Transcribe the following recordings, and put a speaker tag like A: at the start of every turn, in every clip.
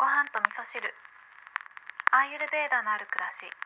A: ご飯と味噌汁、アーユルベーダのある暮らし。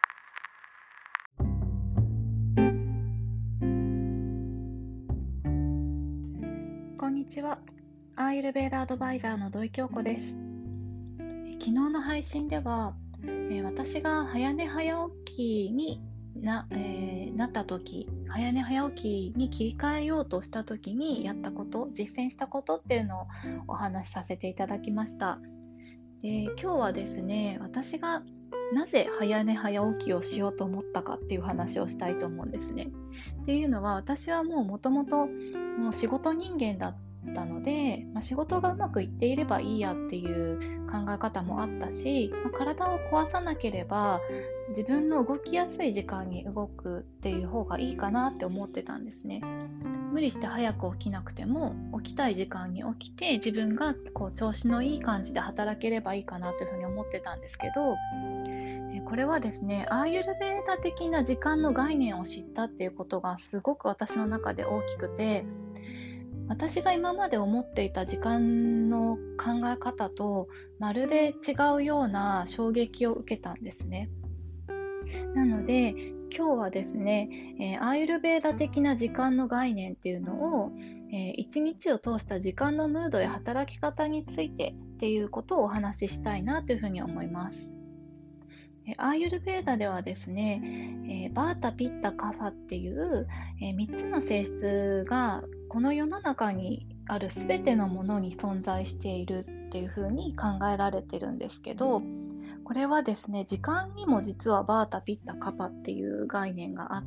A: こんにちは。アーユルベーダアドバイザーの土井京子です。昨日の配信では、私が早寝早起きになった時、早寝早起きに切り替えようとした時にやったこと、実践したことっていうのをお話しさせていただきました。で、今日はですね、私がなぜ早寝早起きをしようと思ったかっていう話をしたいと思うんですね。っていうのは、私はもともと仕事人間だったので、仕事がうまくいっていればいいやっていう考え方もあったし、体を壊さなければ自分の動きやすい時間に動くっていう方がいいかなって思ってたんですね。無理して早く起きなくても起きたい時間に起きて自分が調子のいい感じで働ければいいかなというふうに思ってたんですけど、これはですね、アーユルベーダ的な時間の概念を知ったっていうことがすごく私の中で大きくて、私が今まで思っていた時間の考え方とまるで違うような衝撃を受けたんですね。なので今日はですね、アーユルベーダ的な時間の概念っていうのを、一日を通した時間のムードや働き方についてっていうことをお話ししたいなというふうに思います。アーユルベーダではですね、バータ、ピッタ、カファっていう、3つの性質がこの世の中にあるすべてのものに存在しているっていうふうに考えられてるんですけど、これはですね、時間にも実はバータ、ピッタ、カファっていう概念があって、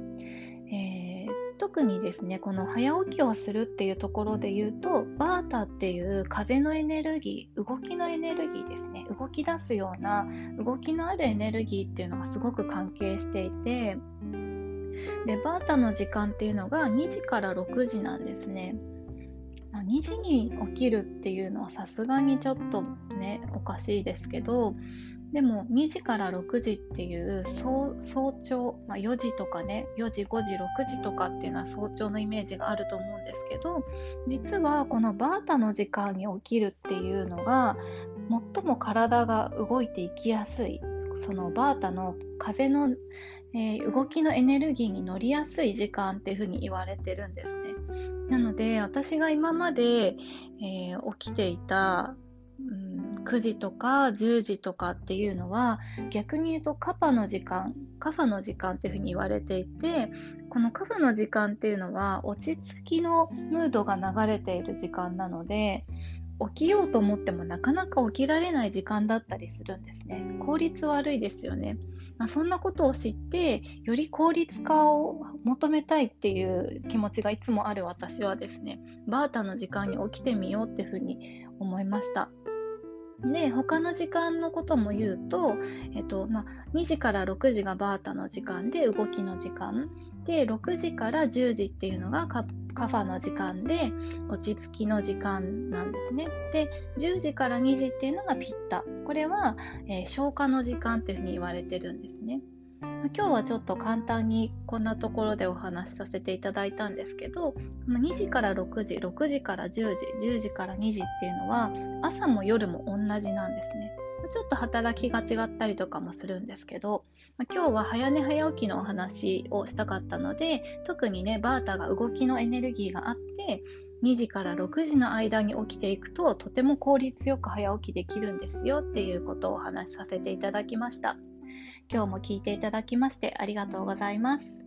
A: 特にですね、この早起きをするっていうところで言うと、バータっていう風のエネルギー、動きのエネルギーですね、動き出すような動きのあるエネルギーっていうのがすごく関係していて、でバータの時間っていうのが2時から6時なんですね。2時に起きるっていうのはさすがにちょっとね、おかしいですけど、でも2時から6時っていう早朝、4時とかね、4時、5時、6時とかっていうのは早朝のイメージがあると思うんですけど、実はこのバータの時間に起きるっていうのが最も体が動いていきやすい、そのバータの風の、動きのエネルギーに乗りやすい時間っていうふうに言われてるんですね。なので私が今まで、起きていた、9時とか10時とかっていうのは逆に言うとカファの時間っていうふうに言われていて、このカファの時間っていうのは落ち着きのムードが流れている時間なので、起きようと思ってもなかなか起きられない時間だったりするんですね。効率悪いですよね。そんなことを知ってより効率化を求めたいっていう気持ちがいつもある私はですね、バータの時間に起きてみようっていうふうに思いました。で、他の時間のことも言うと、2時から6時がバータの時間で動きの時間で、6時から10時っていうのがカファの時間で落ち着きの時間なんですね。で、10時から2時っていうのがピッタ。これは、消化の時間っていうふうに言われてるんですね。今日はちょっと簡単にこんなところでお話しさせていただいたんですけど、2時から6時、6時から10時、10時から2時っていうのは朝も夜も同じなんですね。ちょっと働きが違ったりとかもするんですけど、今日は早寝早起きのお話をしたかったので、特にね、バータが動きのエネルギーがあって2時から6時の間に起きていくととても効率よく早起きできるんですよっていうことをお話しさせていただきました。今日も聞いていただきましてありがとうございます。